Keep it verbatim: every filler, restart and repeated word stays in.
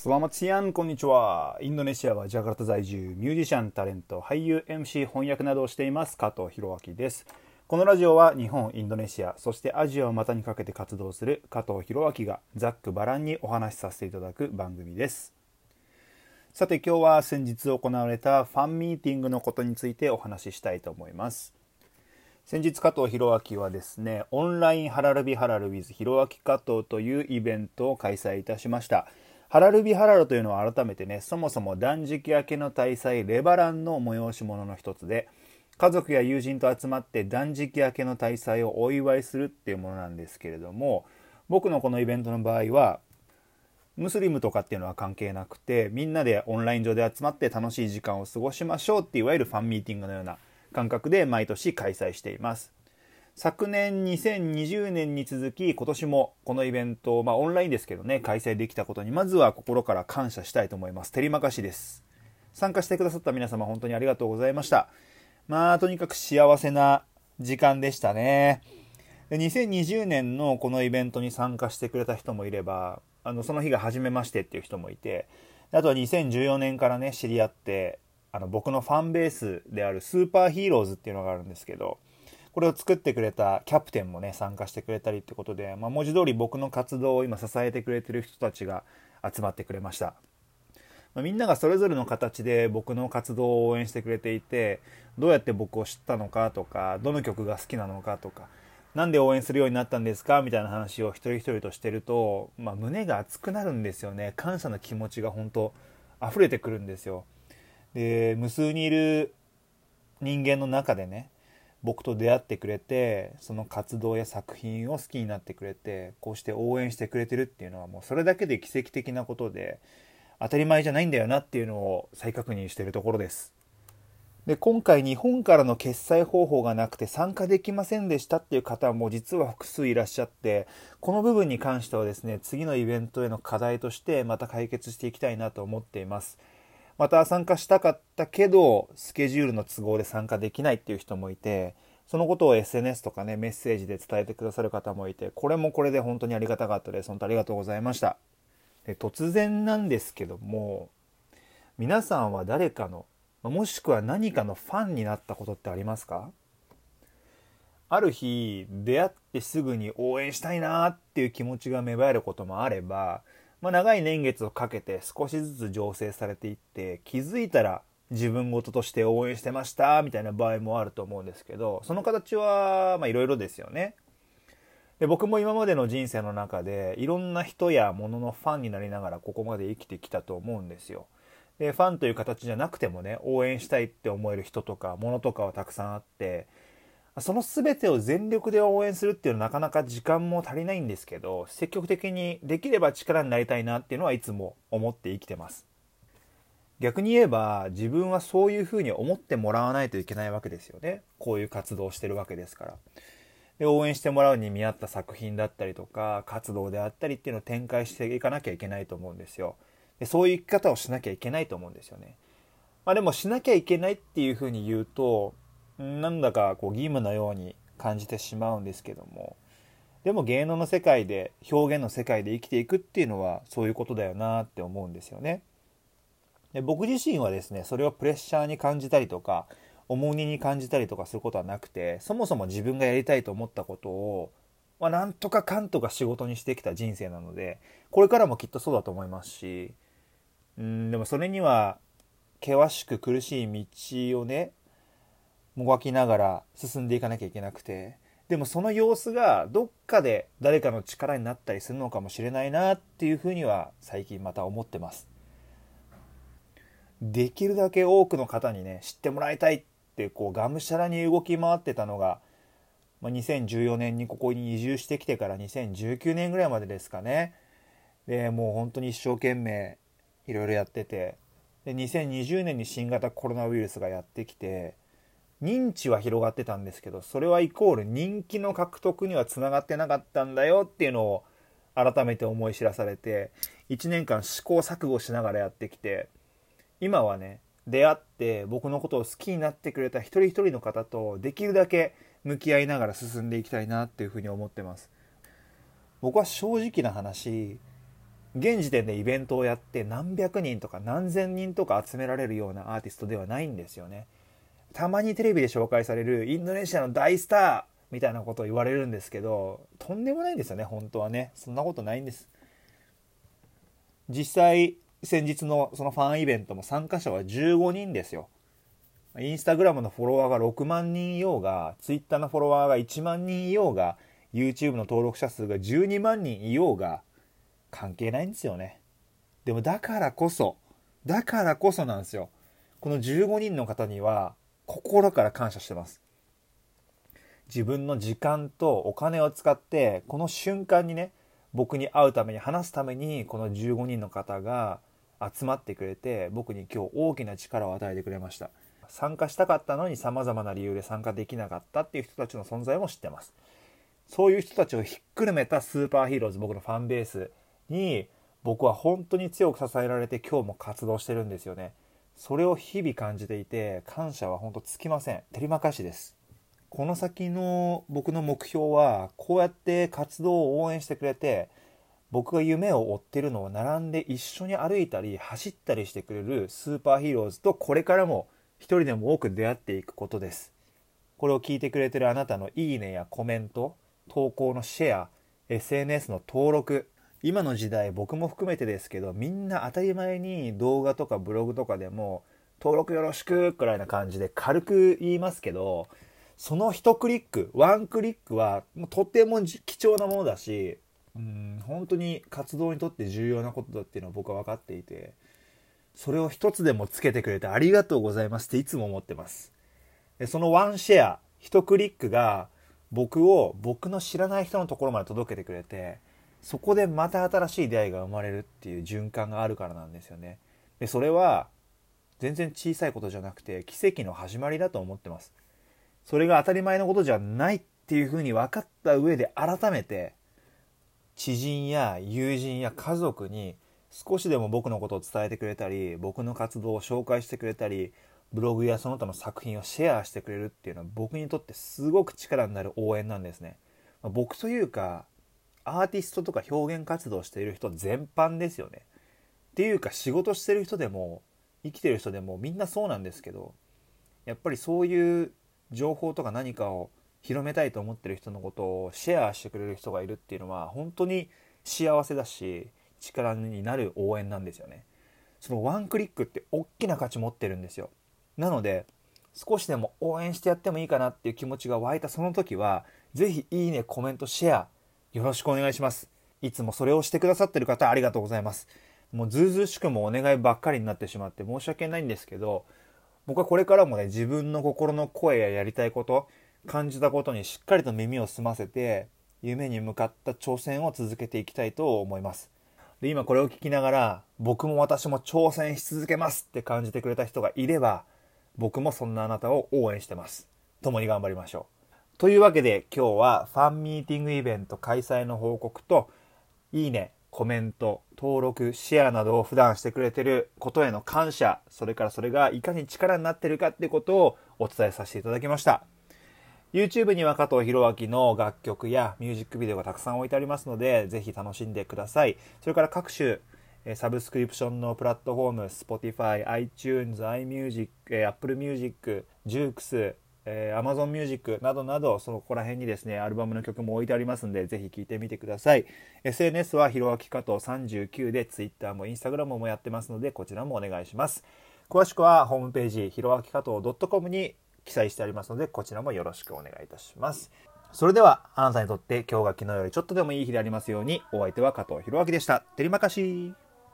スラマツヤン、こんにちは。インドネシアはジャカルタ在住、ミュージシャン、タレント、俳優、エムシー、翻訳などをしています加藤弘明です。このラジオは日本、インドネシア、そしてアジアを股にかけて活動する加藤弘明がざっくばらんにお話しさせていただく番組です。さて今日は先日行われたファンミーティングのことについてお話ししたいと思います。先日加藤弘明はですね、オンラインハラルビハラル with 弘明加藤というイベントを開催いたしました。ハラルビハラルというのは改めてね、そもそも断食明けの大祭レバランの催し物の一つで、家族や友人と集まって断食明けの大祭をお祝いするっていうものなんですけれども、僕のこのイベントの場合はムスリムとかっていうのは関係なくて、みんなでオンライン上で集まって楽しい時間を過ごしましょうっていわゆるファンミーティングのような感覚で毎年開催しています。昨年にせんにじゅうねんに続き今年もこのイベントを、まあ、オンラインですけどね開催できたことにまずは心から感謝したいと思います。照りまかしです。参加してくださった皆様本当にありがとうございました。まあとにかく幸せな時間でしたね。でにせんにじゅうねんのこのイベントに参加してくれた人もいれば、あのその日が初めましてっていう人もいて、あとはにせんじゅうよねんからね知り合って、あの僕のファンベースであるスーパーヒーローズっていうのがあるんですけど、これを作ってくれたキャプテンもね参加してくれたりってことで、まあ、文字通り僕の活動を今支えてくれてる人たちが集まってくれました。まあ、みんながそれぞれの形で僕の活動を応援してくれていて、どうやって僕を知ったのかとか、どの曲が好きなのかとか、なんで応援するようになったんですかみたいな話を一人一人としてると、まあ、胸が熱くなるんですよね。感謝の気持ちが本当溢れてくるんですよ。で、無数にいる人間の中でね、僕と出会ってくれて、その活動や作品を好きになってくれて、こうして応援してくれてるっていうのはもうそれだけで奇跡的なことで、当たり前じゃないんだよなっていうのを再確認しているところです。で、今回日本からの決済方法がなくて参加できませんでしたっていう方も実は複数いらっしゃって、この部分に関してはですね、次のイベントへの課題としてまた解決していきたいなと思っています。また参加したかったけどスケジュールの都合で参加できないっていう人もいて、そのことを エスエヌエス とかねメッセージで伝えてくださる方もいて、これもこれで本当にありがたかったです。本当ありがとうございました。で、突然なんですけども、皆さんは誰かのもしくは何かのファンになったことってありますか？ある日出会ってすぐに応援したいなっていう気持ちが芽生えることもあれば、まあ、長い年月をかけて少しずつ醸成されていって、気づいたら自分事として応援してましたみたいな場合もあると思うんですけど、その形はいろいろですよね。で、僕も今までの人生の中でいろんな人や物のファンになりながらここまで生きてきたと思うんですよ。で、ファンという形じゃなくてもね、応援したいって思える人とか物とかはたくさんあって、その全てを全力で応援するっていうのはなかなか時間も足りないんですけど、積極的にできれば力になりたいなっていうのはいつも思って生きてます。逆に言えば自分はそういうふうに思ってもらわないといけないわけですよね。こういう活動をしてるわけですから。で、応援してもらうに見合った作品だったりとか活動であったりっていうのを展開していかなきゃいけないと思うんですよ。で、そういう生き方をしなきゃいけないと思うんですよね。まあでもしなきゃいけないっていうふうに言うと、なんだかこう義務のように感じてしまうんですけども、でも芸能の世界で表現の世界で生きていくっていうのはそういうことだよなって思うんですよね。で、僕自身はですね、それをプレッシャーに感じたりとか重荷に感じたりとかすることはなくて、そもそも自分がやりたいと思ったことを、まあ、なんとかかんとか仕事にしてきた人生なので、これからもきっとそうだと思いますし、うんでもそれには険しく苦しい道をねもがきながら進んでいかなきゃいけなくて、でもその様子がどっかで誰かの力になったりするのかもしれないなっていうふうには最近また思ってます。できるだけ多くの方にね知ってもらいたいってこうがむしゃらに動き回ってたのが、まあ、にせんじゅうよねんにここに移住してきてからにせんじゅうきゅうねんぐらいまでですかね。で、もう本当に一生懸命いろいろやってて、でにせんにじゅうねんに新型コロナウイルスがやってきて、認知は広がってたんですけど、それはイコール人気の獲得にはつながってなかったんだよっていうのを改めて思い知らされて、いちねんかん試行錯誤しながらやってきて、今はね出会って僕のことを好きになってくれた一人一人の方とできるだけ向き合いながら進んでいきたいなっていうふうに思ってます。僕は正直な話、 現時点でイベントをやって何百人とか何千人とか集められるようなアーティストではないんですよね。たまにテレビで紹介されるインドネシアの大スターみたいなことを言われるんですけど、とんでもないんですよね。本当はね、そんなことないんです。実際先日のそのファンイベントも参加者はじゅうごにんですよ。インスタグラムのフォロワーがろくまんにんいようが、ツイッターのフォロワーがいちまんにんいようが、 YouTube の登録者数がじゅうにまんにんいようが関係ないんですよね。でもだからこそだからこそなんですよ。このじゅうごにんの方には心から感謝してます。自分の時間とお金を使ってこの瞬間にね、僕に会うために話すためにこのじゅうごにんの方が集まってくれて、僕に今日大きな力を与えてくれました。参加したかったのに様々な理由で参加できなかったっていう人たちの存在も知ってます。そういう人たちをひっくるめたスーパーヒーローズ、僕のファンベースに僕は本当に強く支えられて今日も活動してるんですよね。それを日々感じていて、感謝は本当尽きません。照りまかしです。この先の僕の目標は、こうやって活動を応援してくれて、僕が夢を追ってるのを並んで一緒に歩いたり走ったりしてくれるスーパーヒーローズとこれからも一人でも多く出会っていくことです。これを聞いてくれてるあなたのいいねやコメント、投稿のシェア、エスエヌエス の登録、今の時代僕も含めてですけど、みんな当たり前に動画とかブログとかでも登録よろしくくらいな感じで軽く言いますけど、その一クリック、ワンクリックはもうとても貴重なものだし、うん、本当に活動にとって重要なことだっていうのは僕は分かっていて、それを一つでもつけてくれてありがとうございますっていつも思ってます。でそのワンシェア、一クリックが僕を僕の知らない人のところまで届けてくれて、そこでまた新しい出会いが生まれるっていう循環があるからなんですよね。でそれは全然小さいことじゃなくて奇跡の始まりだと思ってます。それが当たり前のことじゃないっていうふうに分かった上で、改めて知人や友人や家族に少しでも僕のことを伝えてくれたり、僕の活動を紹介してくれたり、ブログやその他の作品をシェアしてくれるっていうのは僕にとってすごく力になる応援なんですね。僕というかアーティストとか表現活動している人全般ですよね。っていうか仕事してる人でも生きてる人でもみんなそうなんですけど、やっぱりそういう情報とか何かを広めたいと思ってる人のことをシェアしてくれる人がいるっていうのは本当に幸せだし力になる応援なんですよね。そのワンクリックって大きな価値持ってるんですよ。なので少しでも応援してやってもいいかなっていう気持ちが湧いたその時は、ぜひいいね、コメント、シェアよろしくお願いします。いつもそれをしてくださってる方ありがとうございます。もうずうずうしくもお願いばっかりになってしまって申し訳ないんですけど、僕はこれからもね、自分の心の声ややりたいこと、感じたことにしっかりと耳を澄ませて、夢に向かった挑戦を続けていきたいと思います。で、今これを聞きながら、僕も私も挑戦し続けますって感じてくれた人がいれば、僕もそんなあなたを応援してます。共に頑張りましょう。というわけで今日はファンミーティングイベント開催の報告と、いいね、コメント、登録、シェアなどを普段してくれてることへの感謝、それからそれがいかに力になってるかってことをお伝えさせていただきました。YouTube には加藤弘明の楽曲やミュージックビデオがたくさん置いてありますので、ぜひ楽しんでください。それから各種サブスクリプションのプラットフォーム、Spotify、iTunes、iMusic、Apple Music、Joox、Amazon Music などなど、そこら辺にですね、アルバムの曲も置いてありますので、ぜひ聴いてみてください。エスエヌエス はひろあき加藤さんじゅうきゅうで、Twitter も Instagram もやってますので、こちらもお願いします。詳しくはホームページ、ひろあき加藤 .com に記載してありますので、こちらもよろしくお願いいたします。それでは、あなたにとって今日が昨日よりちょっとでもいい日でありますように。お相手は加藤弘明でした。てりまかし。